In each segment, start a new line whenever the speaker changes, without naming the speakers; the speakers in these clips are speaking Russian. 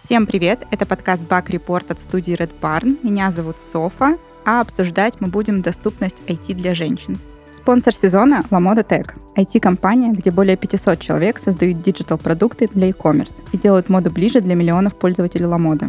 Всем привет! Это подкаст Bug Report от студии Red Barn. Меня зовут Софа, а обсуждать мы будем доступность IT для женщин. Спонсор сезона — LaModa Tech, IT-компания, где более 500 человек создают диджитал-продукты для e-commerce и делают моду ближе для миллионов пользователей LaModa.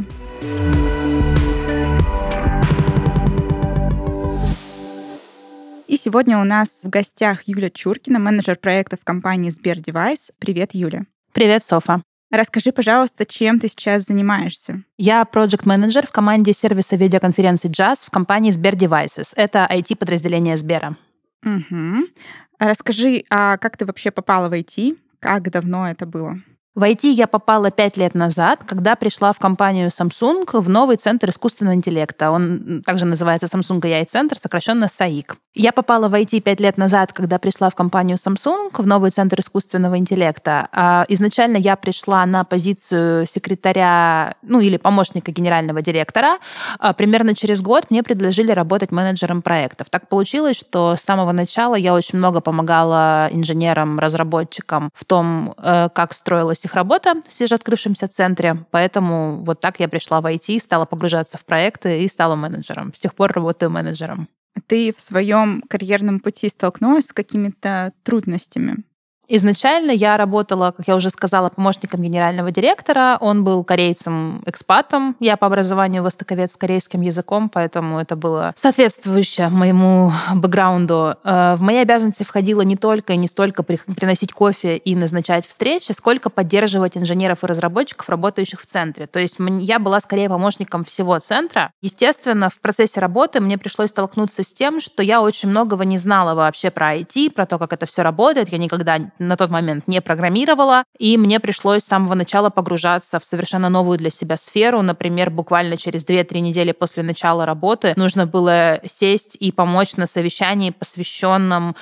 И сегодня у нас в гостях Юля Чуркина, менеджер проектов компании Сбердевайс. Привет, Юля.
Привет, Софа.
Расскажи, пожалуйста, чем ты сейчас занимаешься?
Я проект-менеджер в команде сервиса видеоконференций Jazz в компании Сбердевайсес. Это IT-подразделение Сбера.
Угу. Расскажи, а как ты вообще попала в IT? Как давно это было?
В IT я попала 5 лет назад, когда пришла в компанию Samsung в новый центр искусственного интеллекта. Он также называется Samsung AI-центр, сокращенно САИК. Я попала в IT 5 лет назад, когда пришла в компанию Samsung в новый центр искусственного интеллекта. Изначально я пришла на позицию секретаря, или помощника генерального директора. Примерно через год мне предложили работать менеджером проектов. Так получилось, что с самого начала я очень много помогала инженерам, разработчикам в том, как строилась их работа в свежеоткрывшемся центре. Поэтому вот так я пришла в IT, стала погружаться в проекты и стала менеджером. С тех пор работаю менеджером.
Ты в своем карьерном пути столкнулась с какими-то трудностями?
Изначально я работала, как я уже сказала, помощником генерального директора. Он был корейцем-экспатом. Я по образованию востоковед с корейским языком, поэтому это было соответствующе моему бэкграунду. В мои обязанности входило не только и не столько приносить кофе и назначать встречи, сколько поддерживать инженеров и разработчиков, работающих в центре. То есть я была скорее помощником всего центра. Естественно, в процессе работы мне пришлось столкнуться с тем, что я очень многого не знала вообще про IT, про то, как это все работает. Я никогда на тот момент не программировала, и мне пришлось с самого начала погружаться в совершенно новую для себя сферу. Например, буквально через 2-3 недели после начала работы нужно было сесть и помочь на совещании, посвященном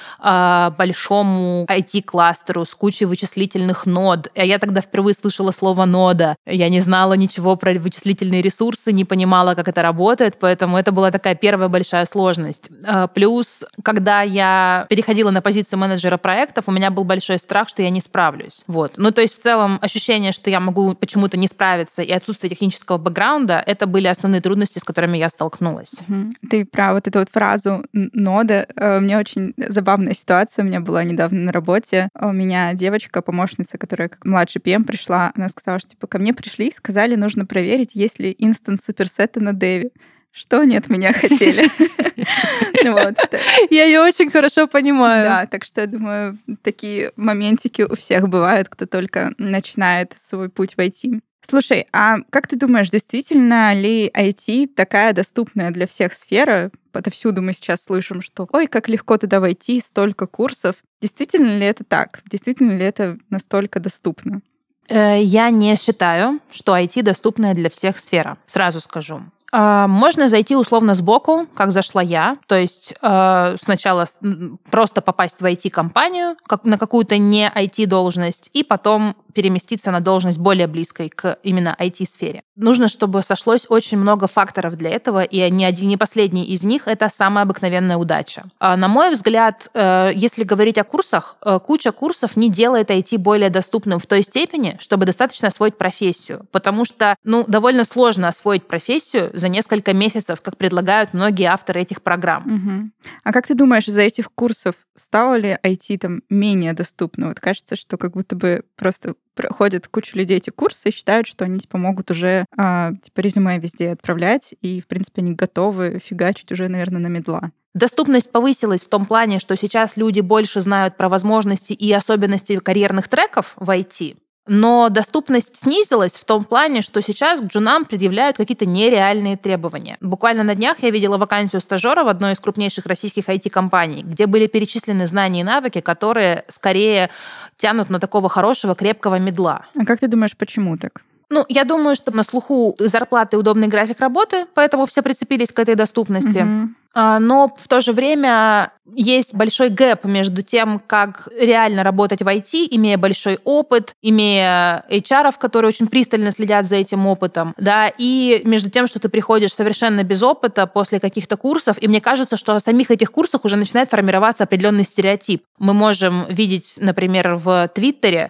большому IT-кластеру с кучей вычислительных нод. Я тогда впервые слышала слово «нода». Я не знала ничего про вычислительные ресурсы, не понимала, как это работает, поэтому это была такая первая большая сложность. Плюс, когда я переходила на позицию менеджера проектов, у меня был большой страх, что я не справлюсь. То есть в целом ощущение, что я могу почему-то не справиться, и отсутствие технического бэкграунда — это были основные трудности, с которыми я столкнулась.
Ты про вот эту вот фразу «нода». У меня очень забавная ситуация. У меня была недавно на работе. У меня девочка, помощница, которая как младший PM пришла, она сказала, что ко мне пришли и сказали, нужно проверить, есть ли инстанс суперсета на деве. Что они от меня хотели?
Я ее очень хорошо понимаю.
Да, так что я думаю, такие моментики у всех бывают, кто только начинает свой путь в IT. Слушай, а как ты думаешь, действительно ли IT такая доступная для всех сфера? Отовсюду мы сейчас слышим, что «Ой, как легко туда войти, столько курсов». Действительно ли это так? Действительно ли это настолько доступно?
Я не считаю, что IT доступная для всех сфера. Сразу скажу. Можно зайти условно сбоку, как зашла я, то есть сначала просто попасть в IT-компанию, на какую-то не IT-должность, и потом переместиться на должность более близкой к именно IT-сфере. Нужно, чтобы сошлось очень много факторов для этого, и не последний из них — это самая обыкновенная удача. На мой взгляд, если говорить о курсах, куча курсов не делает IT более доступным в той степени, чтобы достаточно освоить профессию, потому что довольно сложно освоить профессию за несколько месяцев, как предлагают многие авторы этих программ.
Угу. А как ты думаешь, из-за этих курсов стало ли IT менее доступно? Вот кажется, что как будто бы просто проходят куча людей эти курсы и считают, что они могут уже резюме везде отправлять, и, в принципе, они готовы фигачить уже, наверное, на медла.
Доступность повысилась в том плане, что сейчас люди больше знают про возможности и особенности карьерных треков в IT, но доступность снизилась в том плане, что сейчас к джунам предъявляют какие-то нереальные требования. Буквально на днях я видела вакансию стажера в одной из крупнейших российских IT-компаний, где были перечислены знания и навыки, которые скорее тянут на такого хорошего, крепкого медла.
А как ты думаешь, почему так?
Я думаю, что на слуху зарплаты и удобный график работы, поэтому все прицепились к этой доступности. Но в то же время есть большой гэп между тем, как реально работать в IT, имея большой опыт, имея HR, которые очень пристально следят за этим опытом, да, и между тем, что ты приходишь совершенно без опыта после каких-то курсов, и мне кажется, что о самих этих курсах уже начинает формироваться определенный стереотип. Мы можем видеть, например, в Твиттере,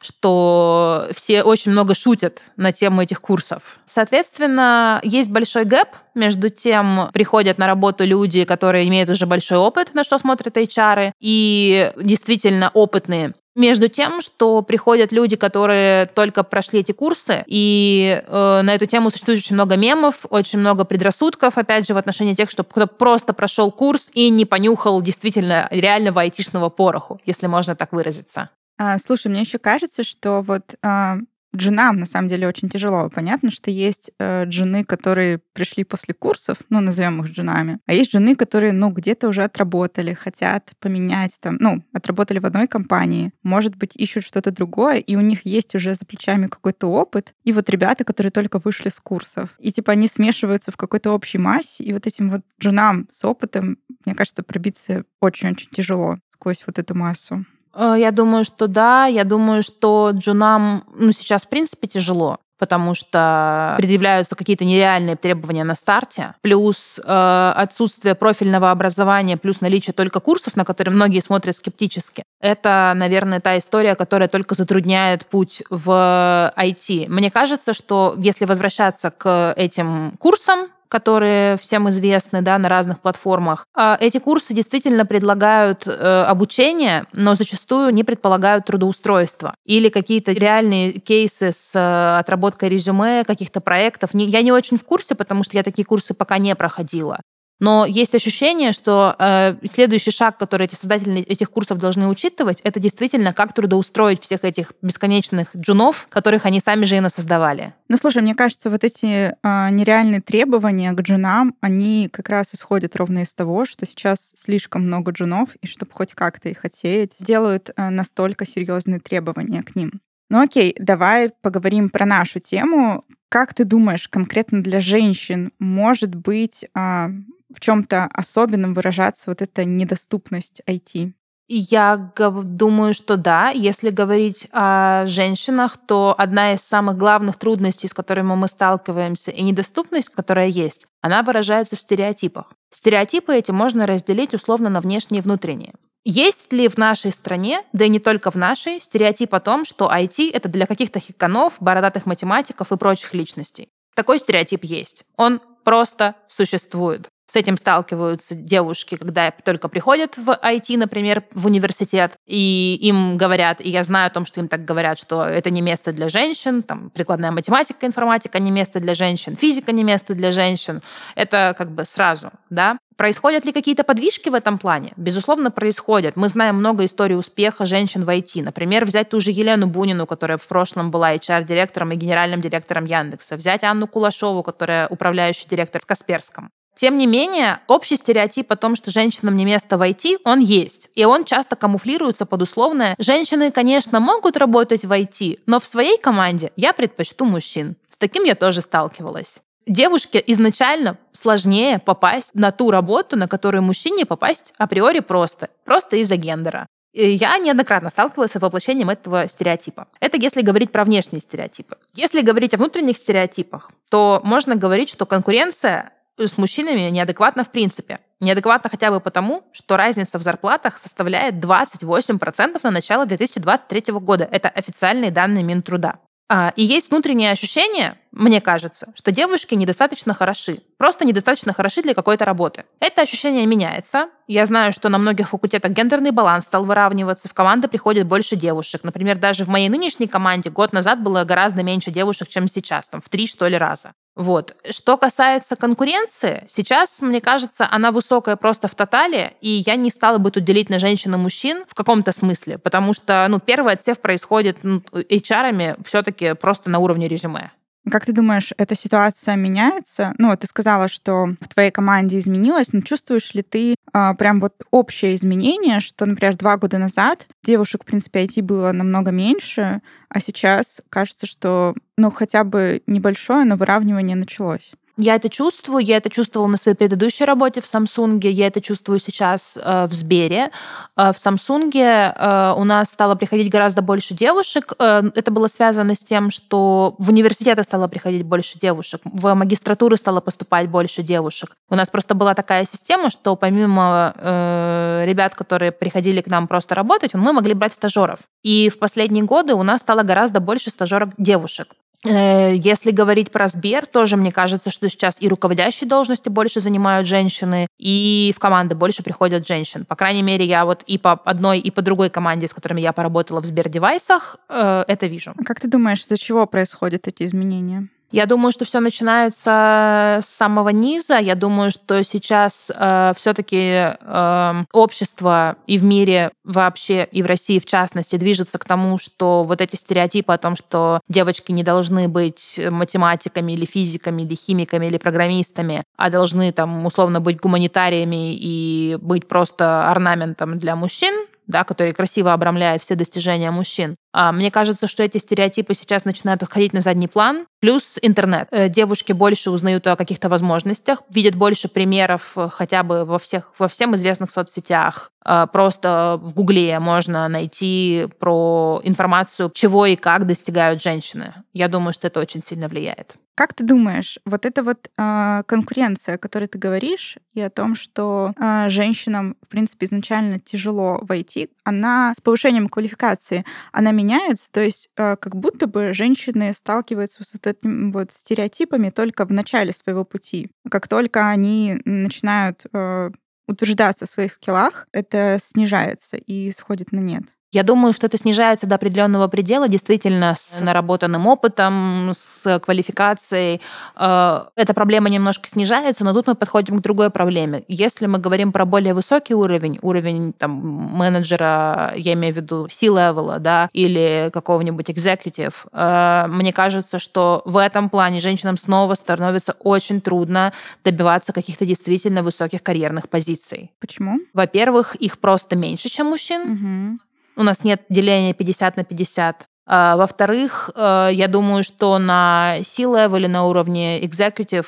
что все очень много шутят на тему этих курсов. Соответственно, есть большой гэп между тем, приходят на работу люди, которые имеют уже большой опыт, на что смотрят HR, и действительно опытные. Между тем, что приходят люди, которые только прошли эти курсы, и на эту тему существует очень много мемов, очень много предрассудков, опять же, в отношении тех, что кто просто прошел курс и не понюхал действительно реального айтишного пороху, если можно так выразиться.
Слушай, мне еще кажется, что вот джунам на самом деле очень тяжело. Понятно, что есть джуны, которые пришли после курсов, ну, назовем их джунами, а есть джуны, которые, ну, где-то уже отработали, хотят поменять там, ну, отработали в одной компании, может быть, ищут что-то другое, и у них есть уже за плечами какой-то опыт. И вот ребята, которые только вышли с курсов, и типа они смешиваются в какой-то общей массе, и вот этим вот джунам с опытом, мне кажется, пробиться очень-очень тяжело сквозь вот эту массу.
Я думаю, что да. Я думаю, что джунам сейчас, в принципе, тяжело, потому что предъявляются какие-то нереальные требования на старте, плюс отсутствие профильного образования, плюс наличие только курсов, на которые многие смотрят скептически. Это, наверное, та история, которая только затрудняет путь в IT. Мне кажется, что если возвращаться к этим курсам, которые всем известны, да, на разных платформах. Эти курсы действительно предлагают обучение, но зачастую не предполагают трудоустройство или какие-то реальные кейсы с отработкой резюме, каких-то проектов. Я не очень в курсе, потому что я такие курсы пока не проходила. Но есть ощущение, что следующий шаг, который эти создатели этих курсов должны учитывать, это действительно как трудоустроить всех этих бесконечных джунов, которых они сами же и насоздавали.
Ну, слушай, мне кажется, вот эти нереальные требования к джунам, они как раз исходят ровно из того, что сейчас слишком много джунов, и чтобы хоть как-то их отсеять, делают настолько серьезные требования к ним. Ну окей, давай поговорим про нашу тему. Как ты думаешь, конкретно для женщин может быть в чем-то особенном выражаться вот эта недоступность IT?
Я думаю, что да. Если говорить о женщинах, то одна из самых главных трудностей, с которыми мы сталкиваемся, и недоступность, которая есть, она выражается в стереотипах. Стереотипы эти можно разделить условно на внешние и внутренние. Есть ли в нашей стране, да и не только в нашей, стереотип о том, что IT — это для каких-то хиканов, бородатых математиков и прочих личностей? Такой стереотип есть. Он просто существует. С этим сталкиваются девушки, когда только приходят в IT, например, в университет, и им говорят, и я знаю о том, что им так говорят, что это не место для женщин, там, прикладная математика, информатика не место для женщин, физика не место для женщин. Это как бы сразу, да. Происходят ли какие-то подвижки в этом плане? Безусловно, происходят. Мы знаем много историй успеха женщин в IT. Например, взять ту же Елену Бунину, которая в прошлом была HR-директором и генеральным директором Яндекса. Взять Анну Кулашову, которая управляющий директор в Касперском. Тем не менее, общий стереотип о том, что женщинам не место в IT, он есть. И он часто камуфлируется под условное: женщины, конечно, могут работать в IT, но в своей команде я предпочту мужчин. С таким я тоже сталкивалась. Девушке изначально сложнее попасть на ту работу, на которую мужчине попасть априори просто из-за гендера. И я неоднократно сталкивалась с воплощением этого стереотипа. Это если говорить про внешние стереотипы. Если говорить о внутренних стереотипах, то можно говорить, что конкуренция с мужчинами неадекватна в принципе. Неадекватно хотя бы потому, что разница в зарплатах составляет 28% на начало 2023 года. Это официальные данные Минтруда. И есть внутреннее ощущение, мне кажется, что девушки недостаточно хороши. Просто недостаточно хороши для какой-то работы. Это ощущение меняется. Я знаю, что на многих факультетах гендерный баланс стал выравниваться, в команды приходит больше девушек. Например, даже в моей нынешней команде год назад было гораздо меньше девушек, чем сейчас, там, в 3, что ли, раза. Вот. Что касается конкуренции, сейчас, мне кажется, она высокая просто в тотале, и я не стала бы тут делить на женщин и мужчин в каком-то смысле, потому что, первый отсев происходит HR-ами все-таки просто на уровне резюме.
Как ты думаешь, эта ситуация меняется? Ты сказала, что в твоей команде изменилось, но чувствуешь ли ты прям вот общее изменение, что, например, 2 года назад девушек, в принципе, IT было намного меньше, а сейчас кажется, что, хотя бы небольшое, но выравнивание началось?
Я это чувствую, я это чувствовала на своей предыдущей работе в Samsung, я это чувствую сейчас в Сбере. В Samsung у нас стало приходить гораздо больше девушек. Это было связано с тем, что в университеты стало приходить больше девушек, в магистратуры стало поступать больше девушек. У нас просто была такая система, что помимо ребят, которые приходили к нам просто работать, мы могли брать стажеров. И в последние годы у нас стало гораздо больше стажеров девушек. Если говорить про Сбер, тоже мне кажется, что сейчас и руководящие должности больше занимают женщины, и в команды больше приходят женщин. По крайней мере, я вот и по одной, и по другой команде, с которыми я поработала в Сбердевайсах, это вижу.
Как ты думаешь, из-за чего происходят эти изменения?
Я думаю, что все начинается с самого низа. Я думаю, что сейчас все-таки общество и в мире вообще, и в России в частности, движется к тому, что вот эти стереотипы о том, что девочки не должны быть математиками или физиками, или химиками, или программистами, а должны там условно быть гуманитариями и быть просто орнаментом для мужчин, да, который красиво обрамляет все достижения мужчин. Мне кажется, что эти стереотипы сейчас начинают отходить на задний план. Плюс интернет. Девушки больше узнают о каких-то возможностях, видят больше примеров хотя бы во всем известных соцсетях. Просто в Гугле можно найти про информацию, чего и как достигают женщины. Я думаю, что это очень сильно влияет.
Как ты думаешь, вот эта вот конкуренция, о которой ты говоришь, и о том, что женщинам, в принципе, изначально тяжело войти, она с повышением квалификации, она меняется? То есть как будто бы женщины сталкиваются с вот этими вот стереотипами только в начале своего пути. Как только они начинают утверждаться в своих скиллах, это снижается и сходит на нет.
Я думаю, что это снижается до определенного предела, действительно, с наработанным опытом, с квалификацией. Эта проблема немножко снижается, но тут мы подходим к другой проблеме. Если мы говорим про более высокий уровень там, менеджера, я имею в виду C-level, да, или какого-нибудь executive, мне кажется, что в этом плане женщинам снова становится очень трудно добиваться каких-то действительно высоких карьерных позиций.
Почему?
Во-первых, их просто меньше, чем мужчин. У нас нет деления 50 на 50. Во-вторых, я думаю, что на C-level или на уровне executive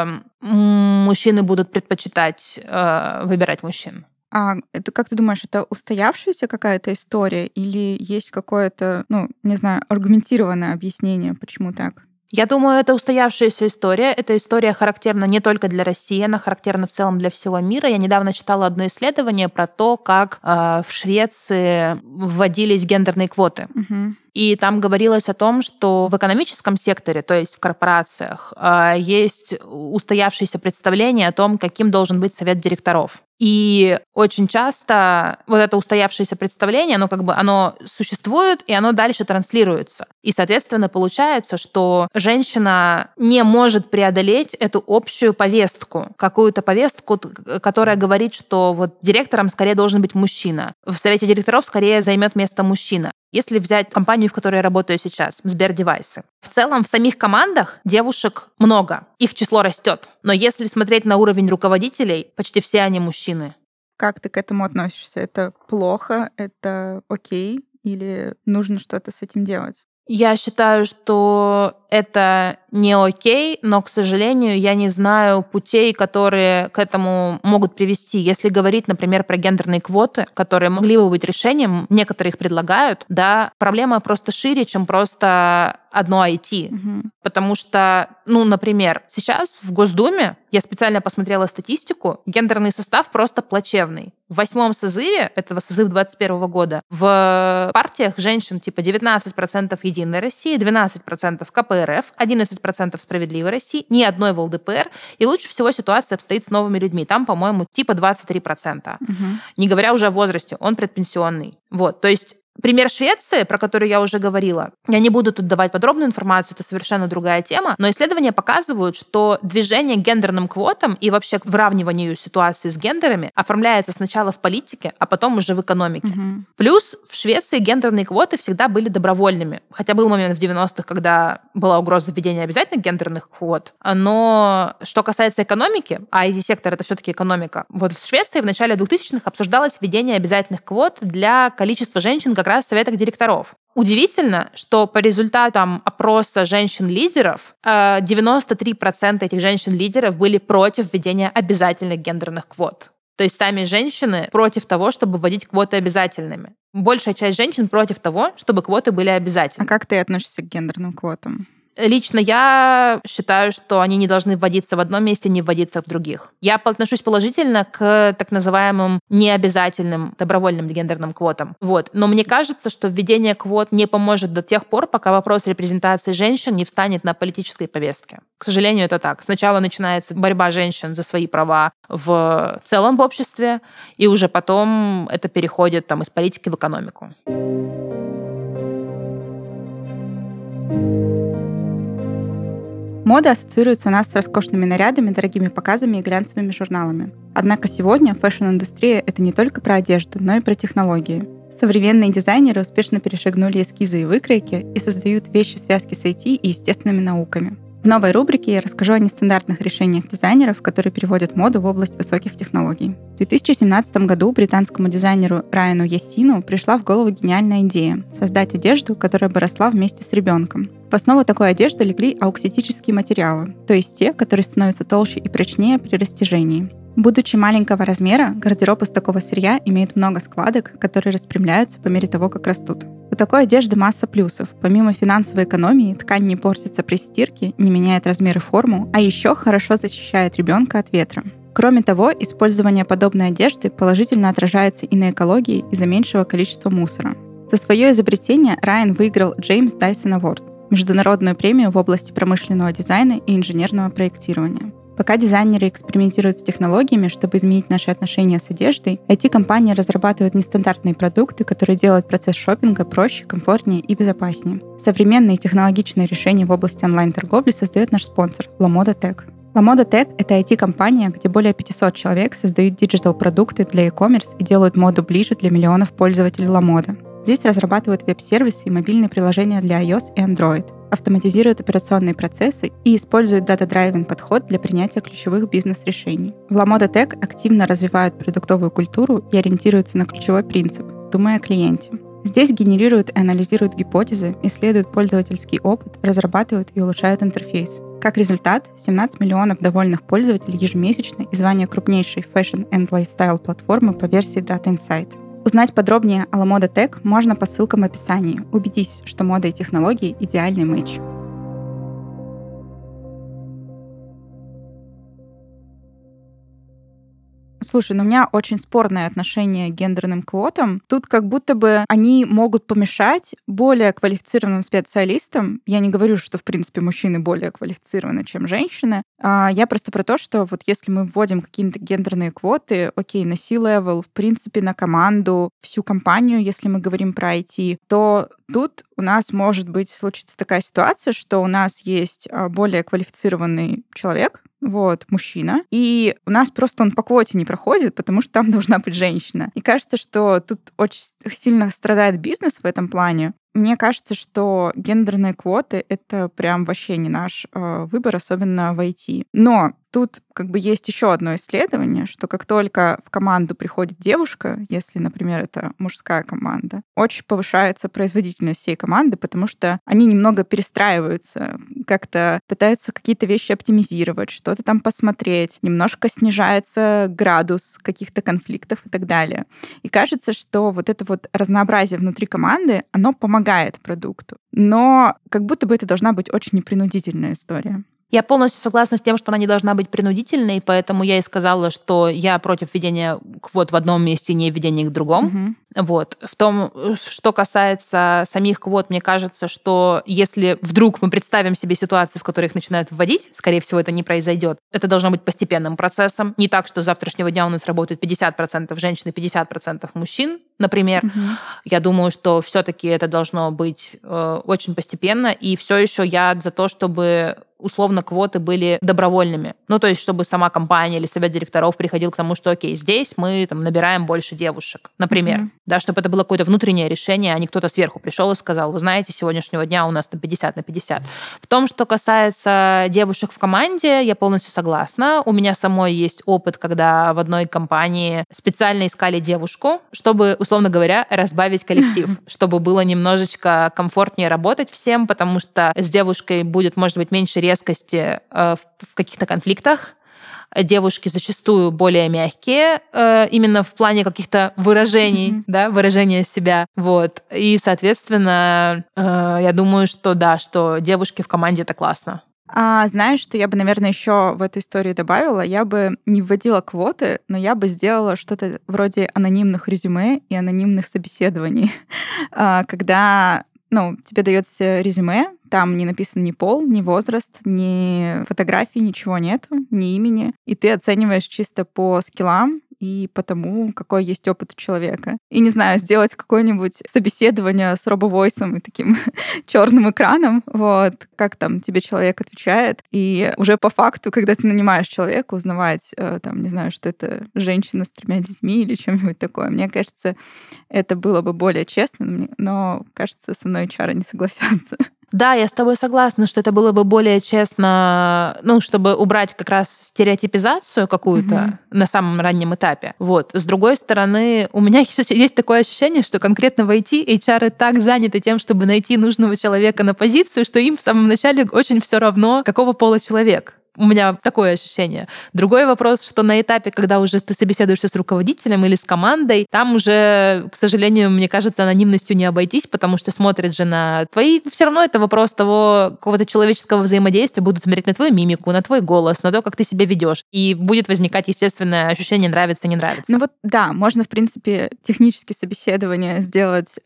мужчины будут предпочитать выбирать мужчин.
А это, как ты думаешь, это устоявшаяся какая-то история или есть какое-то, не знаю, аргументированное объяснение, почему так?
Я думаю, это устоявшаяся история. Эта история характерна не только для России, она характерна в целом для всего мира. Я недавно читала одно исследование про то, как в Швеции вводились гендерные квоты. И там говорилось о том, что в экономическом секторе, то есть в корпорациях, есть устоявшееся представление о том, каким должен быть совет директоров. И очень часто вот это устоявшееся представление, оно существует, и оно дальше транслируется. И, соответственно, получается, что женщина не может преодолеть эту общую повестку, какую-то повестку, которая говорит, что вот директором скорее должен быть мужчина. В совете директоров скорее займет место мужчина. Если взять компанию, в которой я работаю сейчас, Сбердевайсы, в целом в самих командах девушек много, их число растет. Но если смотреть на уровень руководителей, почти все они мужчины.
Как ты к этому относишься? Это плохо? Это окей? Или нужно что-то с этим делать?
Я считаю, что это не окей, но, к сожалению, я не знаю путей, которые к этому могут привести. Если говорить, например, про гендерные квоты, которые могли бы быть решением, некоторые их предлагают, да, проблема просто шире, чем просто одно IT. Потому что, например, сейчас в Госдуме, я специально посмотрела статистику, гендерный состав просто плачевный. В 8-м созыве, этого созыва 2021 года, в партиях женщин типа 19% Единой России, 12% КПРФ, 11% Справедливой России, ни одной в ЛДПР. И лучше всего ситуация обстоит с новыми людьми. Там, по-моему, типа 23%. Не говоря уже о возрасте, он предпенсионный. Вот, то есть пример Швеции, про который я уже говорила, я не буду тут давать подробную информацию, это совершенно другая тема, но исследования показывают, что движение к гендерным квотам и вообще к выравниванию ситуации с гендерами оформляется сначала в политике, а потом уже в экономике. Плюс в Швеции гендерные квоты всегда были добровольными. Хотя был момент в 90-х, когда была угроза введения обязательных гендерных квот. Но что касается экономики, а IT-сектор — это все-таки экономика, вот в Швеции в начале 2000-х обсуждалось введение обязательных квот для количества женщин как раз в советах директоров. Удивительно, что по результатам опроса женщин-лидеров 93% этих женщин-лидеров были против введения обязательных гендерных квот. То есть сами женщины против того, чтобы вводить квоты обязательными. Большая часть женщин против того, чтобы квоты были обязательны.
А как ты относишься к гендерным квотам?
Лично я считаю, что они не должны вводиться в одном месте, не вводиться в других. Я отношусь положительно к так называемым необязательным добровольным гендерным квотам. Но мне кажется, что введение квот не поможет до тех пор, пока вопрос репрезентации женщин не встанет на политической повестке. К сожалению, это так. Сначала начинается борьба женщин за свои права в целом в обществе, и уже потом это переходит из политики в экономику.
Мода ассоциируется у нас с роскошными нарядами, дорогими показами и глянцевыми журналами. Однако сегодня фэшн-индустрия — это не только про одежду, но и про технологии. Современные дизайнеры успешно перешагнули эскизы и выкройки и создают вещи-связки с IT и естественными науками. В новой рубрике я расскажу о нестандартных решениях дизайнеров, которые переводят моду в область высоких технологий. В 2017 году британскому дизайнеру Райану Яссину пришла в голову гениальная идея — создать одежду, которая бы росла вместе с ребенком. В основу такой одежды легли аукситические материалы, то есть те, которые становятся толще и прочнее при растяжении. Будучи маленького размера, гардероб из такого сырья имеет много складок, которые распрямляются по мере того, как растут. У такой одежды масса плюсов. Помимо финансовой экономии, ткань не портится при стирке, не меняет размер и форму, а еще хорошо защищает ребенка от ветра. Кроме того, использование подобной одежды положительно отражается и на экологии из-за меньшего количества мусора. За свое изобретение Райан выиграл Джеймс Дайсон Award — международную премию в области промышленного дизайна и инженерного проектирования. Пока дизайнеры экспериментируют с технологиями, чтобы изменить наши отношения с одеждой, IT-компании разрабатывают нестандартные продукты, которые делают процесс шопинга проще, комфортнее и безопаснее. Современные технологичные решения в области онлайн-торговли создает наш спонсор LaModa Tech. LaModa Tech — это IT-компания, где более 500 человек создают диджитал-продукты для e-commerce и делают моду ближе для миллионов пользователей LaModa. Здесь разрабатывают веб-сервисы и мобильные приложения для iOS и Android, автоматизируют операционные процессы и используют data-driven подход для принятия ключевых бизнес-решений. В LaModa Tech активно развивают продуктовую культуру и ориентируются на ключевой принцип — думая о клиенте. Здесь генерируют и анализируют гипотезы, исследуют пользовательский опыт, разрабатывают и улучшают интерфейс. Как результат, 17 миллионов довольных пользователей ежемесячно и звание крупнейшей fashion and lifestyle платформы по версии Data Insight. Узнать подробнее о LaModa Tech можно по ссылкам в описании. Убедитесь, что мода и технологии — идеальный матч. Слушай, у меня очень спорное отношение к гендерным квотам. Тут как будто бы они могут помешать более квалифицированным специалистам. Я не говорю, что, в принципе, мужчины более квалифицированы, чем женщины. Я просто про то, что вот если мы вводим какие-то гендерные квоты, окей, на C-level, в принципе, на команду, всю компанию, если мы говорим про IT, то тут у нас может быть случиться такая ситуация, что у нас есть более квалифицированный человек, мужчина, и у нас просто он по квоте не проходит, потому что там должна быть женщина. И кажется, что тут очень сильно страдает бизнес в этом плане. Мне кажется, что гендерные квоты — это прям вообще не наш выбор, особенно в IT. Но тут есть еще одно исследование, что как только в команду приходит девушка, если, например, это мужская команда, очень повышается производительность всей команды, потому что они немного перестраиваются, как-то пытаются какие-то вещи оптимизировать, что-то там посмотреть, немножко снижается градус каких-то конфликтов и так далее. И кажется, что вот это вот разнообразие внутри команды, оно помогает продукту. Но как будто бы это должна быть очень непринудительная история.
Я полностью согласна с тем, что она не должна быть принудительной, поэтому я и сказала, что я против введения квот в одном месте и не введения их в другом. В том, что касается самих квот, мне кажется, что если вдруг мы представим себе ситуации, в которых их начинают вводить, скорее всего, это не произойдет. Это должно быть постепенным процессом. Не так, что с завтрашнего дня у нас работает 50% женщин и 50% мужчин, например. Я думаю, что все-таки это должно быть очень постепенно. И все еще я за то, чтобы условно квоты были добровольными. То есть, чтобы сама компания или совет директоров приходил к тому, что окей, здесь мы набираем больше девушек, например. Да, чтобы это было какое-то внутреннее решение, а не кто-то сверху пришел и сказал, вы знаете, с сегодняшнего дня у нас там 50/50. В том, что касается девушек в команде, я полностью согласна. У меня самой есть опыт, когда в одной компании специально искали девушку, чтобы, условно говоря, разбавить коллектив, чтобы было немножечко комфортнее работать всем, потому что с девушкой будет, может быть, меньше резкости в каких-то конфликтах. Девушки зачастую более мягкие, именно в плане каких-то выражений, да, выражения себя. Вот. И, соответственно, я думаю, что да, что девушки в команде — это классно.
А знаешь, что я бы, наверное, еще в эту историю добавила? Я бы не вводила квоты, но я бы сделала что-то вроде анонимных резюме и анонимных собеседований. Когда тебе дается резюме, там не написан ни пол, ни возраст, ни фотографии, ничего нету, ни имени. И ты оцениваешь чисто по скиллам и по тому, какой есть опыт у человека. И, не знаю, сделать какое-нибудь собеседование с робовойсом и таким черным экраном, вот, как там тебе человек отвечает. И уже по факту, когда ты нанимаешь человека, узнавать, там, не знаю, что это женщина с 3 детьми или чем-нибудь такое. Мне кажется, это было бы более честно, но, кажется, со мной HR не согласятся.
Да, я с тобой согласна, что это было бы более честно, чтобы убрать как раз стереотипизацию какую-то на самом раннем этапе. Вот. С другой стороны, у меня есть такое ощущение, что конкретно в IT HR так заняты тем, чтобы найти нужного человека на позицию, что им в самом начале очень все равно, какого пола человек. У меня такое ощущение. Другой вопрос, что на этапе, когда уже ты собеседуешься с руководителем или с командой, там уже, к сожалению, мне кажется, анонимностью не обойтись, потому что смотрят же на твои... Все равно это вопрос того какого-то человеческого взаимодействия, будут смотреть на твою мимику, на твой голос, на то, как ты себя ведешь. И будет возникать естественное ощущение нравится, не нравится.
Ну вот да, можно, в принципе, технические собеседования сделать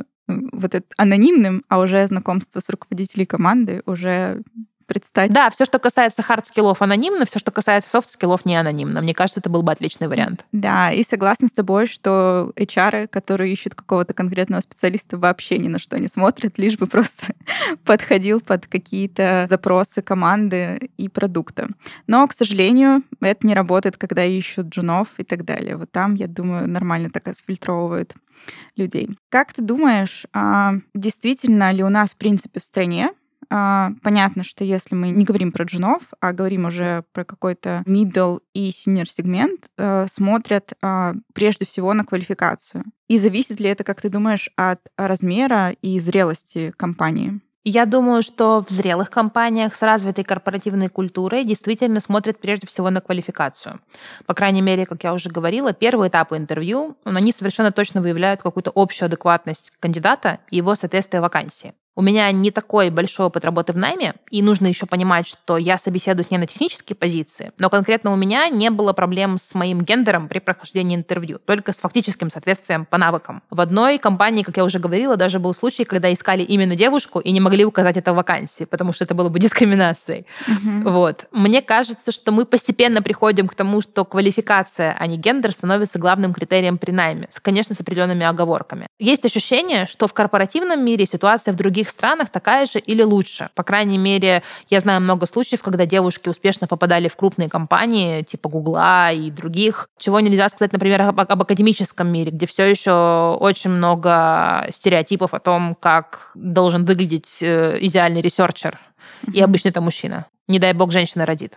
вот это анонимным, а уже знакомство с руководителем команды уже... предстать.
Да, все, что касается хард-скиллов, анонимно, все, что касается софт-скиллов, не анонимно. Мне кажется, это был бы отличный вариант.
Да, и согласна с тобой, что HR, которые ищут какого-то конкретного специалиста, вообще ни на что не смотрят, лишь бы просто подходил под какие-то запросы команды и продукта. Но, к сожалению, это не работает, когда ищут джунов и так далее. Вот там, я думаю, нормально так отфильтровывают людей. Как ты думаешь, действительно ли у нас, в принципе, в стране понятно, что если мы не говорим про джунов, а говорим уже про какой-то middle и senior сегмент, смотрят прежде всего на квалификацию. И зависит ли это, как ты думаешь, от размера и зрелости компании?
Я думаю, что в зрелых компаниях с развитой корпоративной культурой действительно смотрят прежде всего на квалификацию. По крайней мере, как я уже говорила, первые этапы интервью, они совершенно точно выявляют какую-то общую адекватность кандидата и его соответствие вакансии. У меня не такой большой опыт работы в найме, и нужно еще понимать, что я собеседуюсь не на технические позиции, но конкретно у меня не было проблем с моим гендером при прохождении интервью, только с фактическим соответствием по навыкам. В одной компании, как я уже говорила, даже был случай, когда искали именно девушку и не могли указать это в вакансии, потому что это было бы дискриминацией. Вот. Мне кажется, что мы постепенно приходим к тому, что квалификация, а не гендер, становится главным критерием при найме, конечно, с определенными оговорками. Есть ощущение, что в корпоративном мире ситуация в других странах такая же или лучше. По крайней мере, я знаю много случаев, когда девушки успешно попадали в крупные компании, типа Гугла и других, чего нельзя сказать, например, об академическом мире, где все еще очень много стереотипов о том, как должен выглядеть идеальный ресерчер. И обычно это мужчина. Не дай бог, женщина родит.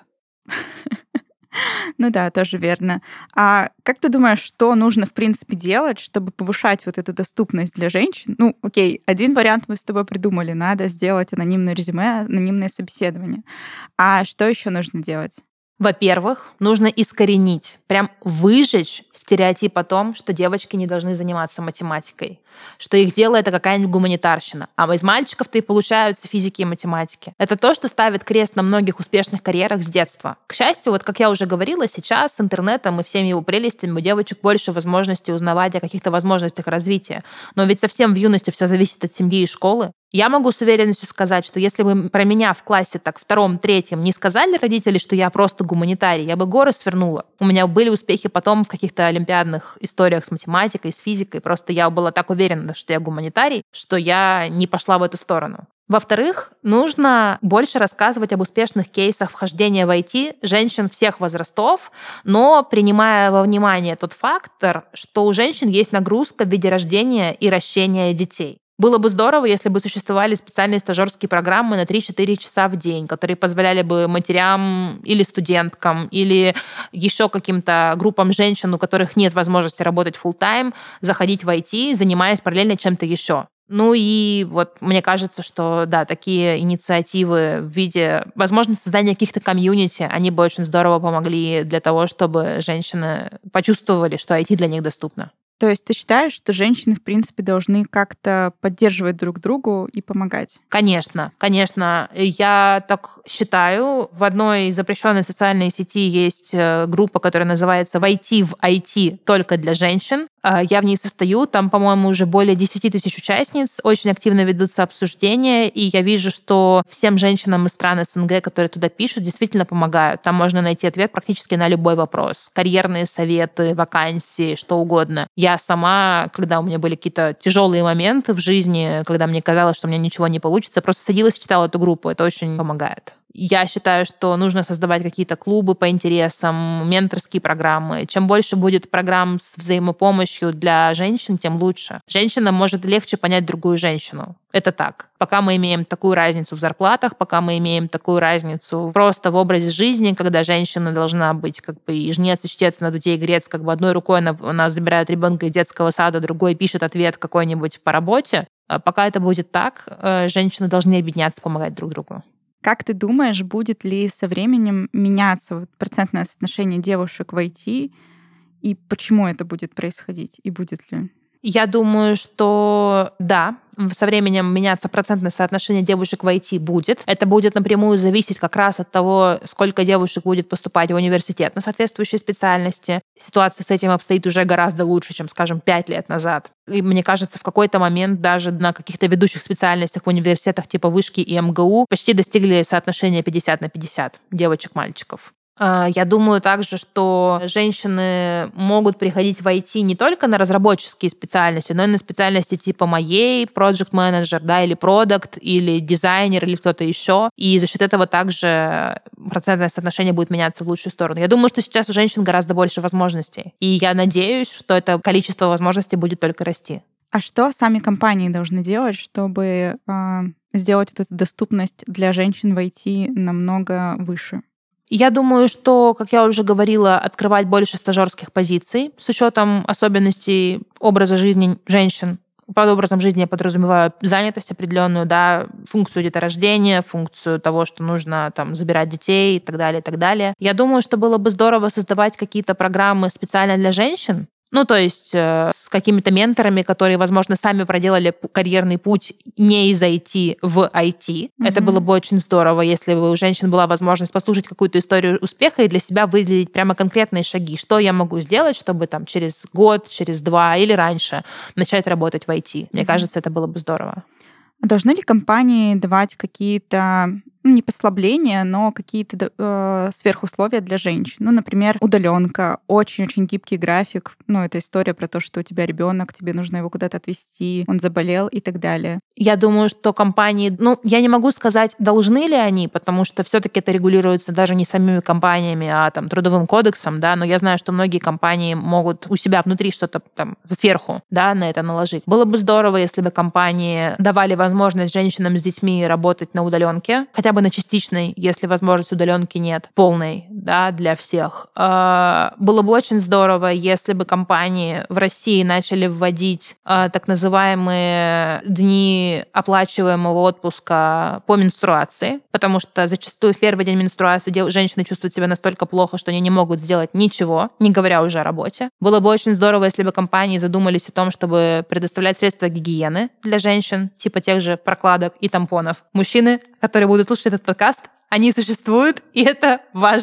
Ну да, тоже верно. А как ты думаешь, что нужно, в принципе, делать, чтобы повышать вот эту доступность для женщин? Ну, окей, один вариант мы с тобой придумали. Надо сделать анонимное резюме, анонимное собеседование. А что еще нужно делать?
Во-первых, нужно искоренить, прям выжечь стереотип о том, что девочки не должны заниматься математикой, что их дело — это какая-нибудь гуманитарщина, а из мальчиков-то и получаются физики и математики. Это то, что ставит крест на многих успешных карьерах с детства. К счастью, вот как я уже говорила, сейчас с интернетом и всеми его прелестями у девочек больше возможностей узнавать о каких-то возможностях развития. Но ведь совсем в юности все зависит от семьи и школы. Я могу с уверенностью сказать, что если бы про меня в классе так втором, третьем не сказали родители, что я просто гуманитарий, я бы горы свернула. У меня были успехи потом в каких-то олимпиадных историях с математикой, с физикой. Просто я была так уверена, что я гуманитарий, что я не пошла в эту сторону. Во-вторых, нужно больше рассказывать об успешных кейсах вхождения в IT женщин всех возрастов, но принимая во внимание тот фактор, что у женщин есть нагрузка в виде рождения и ращения детей. Было бы здорово, если бы существовали специальные стажерские программы на 3-4 часа в день, которые позволяли бы матерям или студенткам, или еще каким-то группам женщин, у которых нет возможности работать full-time, заходить в IT, занимаясь параллельно чем-то еще. Ну и вот мне кажется, что да, такие инициативы в виде возможности создания каких-то комьюнити, они бы очень здорово помогли для того, чтобы женщины почувствовали, что IT для них доступно.
То есть ты считаешь, что женщины, в принципе, должны как-то поддерживать друг другу и помогать?
Конечно, конечно. Я так считаю. В одной запрещенной социальной сети есть группа, которая называется «Войти в IT только для женщин». Я в ней состою. Там, по-моему, уже более 10 тысяч участниц. Очень активно ведутся обсуждения. И я вижу, что всем женщинам из стран СНГ, которые туда пишут, действительно помогают. Там можно найти ответ практически на любой вопрос. Карьерные советы, вакансии, что угодно. Я сама, когда у меня были какие-то тяжелые моменты в жизни, когда мне казалось, что у меня ничего не получится, просто садилась и читала эту группу. Это очень помогает. Я считаю, что нужно создавать какие-то клубы по интересам, менторские программы. Чем больше будет программ с взаимопомощью для женщин, тем лучше. Женщина может легче понять другую женщину. Это так. Пока мы имеем такую разницу в зарплатах, пока мы имеем такую разницу просто в образе жизни, когда женщина должна быть как бы и жнец, и чтец, на дуде и грец, как бы одной рукой она забирает ребенка из детского сада, другой пишет ответ какой-нибудь по работе. Пока это будет так, женщины должны объединяться, помогать друг другу.
Как ты думаешь, будет ли со временем меняться процентное соотношение девушек в IT, и почему это будет происходить, и будет ли?
Я думаю, что да, со временем меняться процентное соотношение девушек в IT будет. Это будет напрямую зависеть как раз от того, сколько девушек будет поступать в университет на соответствующей специальности. Ситуация с этим обстоит уже гораздо лучше, чем, скажем, 5 лет назад. И мне кажется, в какой-то момент даже на каких-то ведущих специальностях в университетах типа вышки и МГУ почти достигли соотношения 50/50 девочек-мальчиков. Я думаю также, что женщины могут приходить в IT не только на разработческие специальности, но и на специальности типа моей, project manager, да, или product, или дизайнер, или кто-то еще. И за счет этого также процентное соотношение будет меняться в лучшую сторону. Я думаю, что сейчас у женщин гораздо больше возможностей. И я надеюсь, что это количество возможностей будет только расти.
А что сами компании должны делать, чтобы сделать эту доступность для женщин в IT намного выше?
Я думаю, что, как я уже говорила, открывать больше стажерских позиций с учетом особенностей образа жизни женщин. Под образом жизни я подразумеваю занятость определенную, да, функцию деторождения, функцию того, что нужно там забирать детей и так далее, и так далее. Я думаю, что было бы здорово создавать какие-то программы специально для женщин, ну, то есть с какими-то менторами, которые, возможно, сами проделали карьерный путь не из IT в IT. Mm-hmm. Это было бы очень здорово, если бы у женщин была возможность послушать какую-то историю успеха и для себя выделить прямо конкретные шаги. Что я могу сделать, чтобы там через год, через 2 или раньше начать работать в IT. Мне кажется, это было бы здорово.
Должны ли компании давать какие-то, не послабления, но какие-то сверхусловия для женщин? Ну, например, удаленка, очень-очень гибкий график. Ну, это история про то, что у тебя ребенок, тебе нужно его куда-то отвезти, он заболел и так далее.
Я думаю, что компании, я не могу сказать, должны ли они, потому что все-таки это регулируется даже не самими компаниями, а там трудовым кодексом, да, но я знаю, что многие компании могут у себя внутри что-то там сверху, да, на это наложить. Было бы здорово, если бы компании давали возможность женщинам с детьми работать на удаленке, хотя бы на частичной, если возможности удаленки нет, полной, да, для всех. Было бы очень здорово, если бы компании в России начали вводить так называемые дни оплачиваемого отпуска по менструации, потому что зачастую в первый день менструации женщины чувствуют себя настолько плохо, что они не могут сделать ничего, не говоря уже о работе. Было бы очень здорово, если бы компании задумались о том, чтобы предоставлять средства гигиены для женщин, типа тех же прокладок и тампонов. Мужчины, которые будут слушать этот подкаст, Они существуют, и это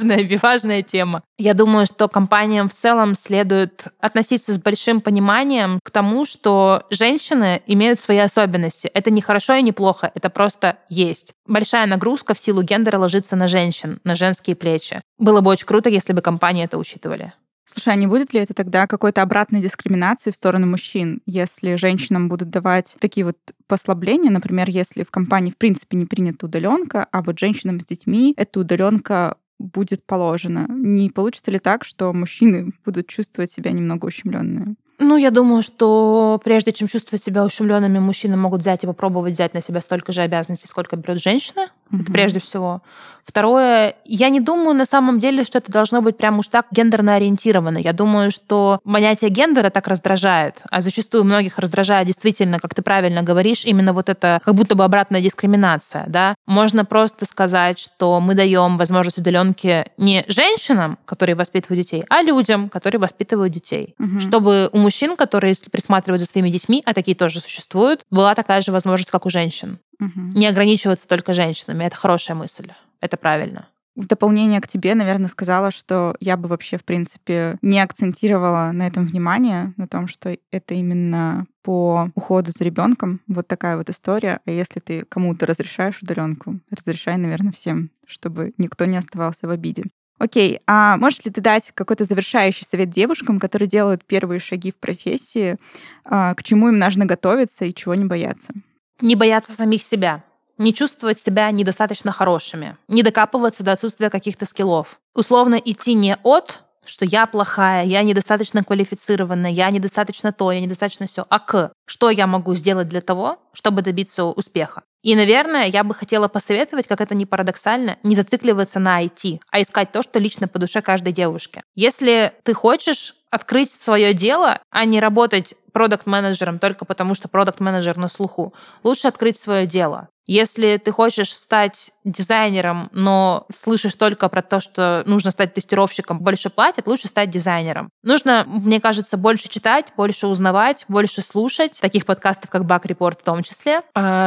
важная тема. Я думаю, что компаниям в целом следует относиться с большим пониманием к тому, что женщины имеют свои особенности. Это не хорошо и не плохо, это просто есть. Большая нагрузка в силу гендера ложится на женщин, на женские плечи. Было бы очень круто, если бы компании это учитывали.
Слушай, а не будет ли это тогда какой-то обратной дискриминации в сторону мужчин, если женщинам будут давать такие вот послабления, например, если в компании в принципе не принята удаленка, а вот женщинам с детьми эта удаленка будет положена? Не получится ли так, что мужчины будут чувствовать себя немного ущемленными?
Я думаю, что прежде чем чувствовать себя ущемленными, мужчины могут взять и попробовать взять на себя столько же обязанностей, сколько берет женщина. Это прежде всего. Второе, я не думаю на самом деле, что это должно быть прям уж так гендерно ориентировано. Я думаю, что понятие гендера так раздражает, а зачастую многих раздражает действительно, как ты правильно говоришь, именно вот это как будто бы обратная дискриминация. Да? Можно просто сказать, что мы даем возможность удаленки не женщинам, которые воспитывают детей, а людям, которые воспитывают детей. Чтобы у мужчин, которые присматривают за своими детьми, а такие тоже существуют, была такая же возможность, как у женщин. Не ограничиваться только женщинами. Это хорошая мысль. Это правильно.
В дополнение к тебе, наверное, сказала, что я бы вообще, в принципе, не акцентировала на этом внимание, на том, что это именно по уходу за ребенком. Вот такая вот история. А если ты кому-то разрешаешь удаленку, разрешай, наверное, всем, чтобы никто не оставался в обиде. Окей, а можешь ли ты дать какой-то завершающий совет девушкам, которые делают первые шаги в профессии, к чему им нужно готовиться и чего не бояться?
Не бояться самих себя. Не чувствовать себя недостаточно хорошими. Не докапываться до отсутствия каких-то скиллов. Условно идти не от, что я плохая, я недостаточно квалифицированная, я недостаточно то, я недостаточно все, а к, что я могу сделать для того, чтобы добиться успеха. И, наверное, я бы хотела посоветовать, как это ни парадоксально, не зацикливаться на IT, а искать то, что лично по душе каждой девушке. Если ты хочешь открыть свое дело, а не работать продакт-менеджером только потому, что продакт-менеджер на слуху, лучше открыть свое дело. Если ты хочешь стать дизайнером, но слышишь только про то, что нужно стать тестировщиком, больше платят, лучше стать дизайнером. Нужно, мне кажется, больше читать, больше узнавать, больше слушать, таких подкастов, как Bug Report в том числе.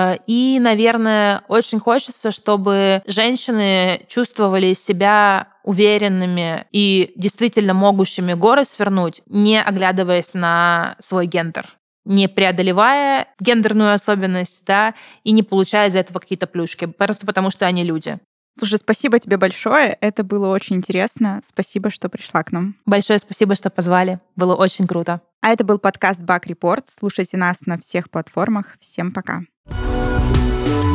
И, наверное, очень хочется, чтобы женщины чувствовали себя уверенными и действительно могущими горы свернуть, не оглядываясь на свой гендер, не преодолевая гендерную особенность, да, и не получая из этого какие-то плюшки, просто потому что они люди.
Слушай, спасибо тебе большое. Это было очень интересно. Спасибо, что пришла к нам.
Большое спасибо, что позвали. Было очень круто.
А это был подкаст Bug Report. Слушайте нас на всех платформах. Всем пока.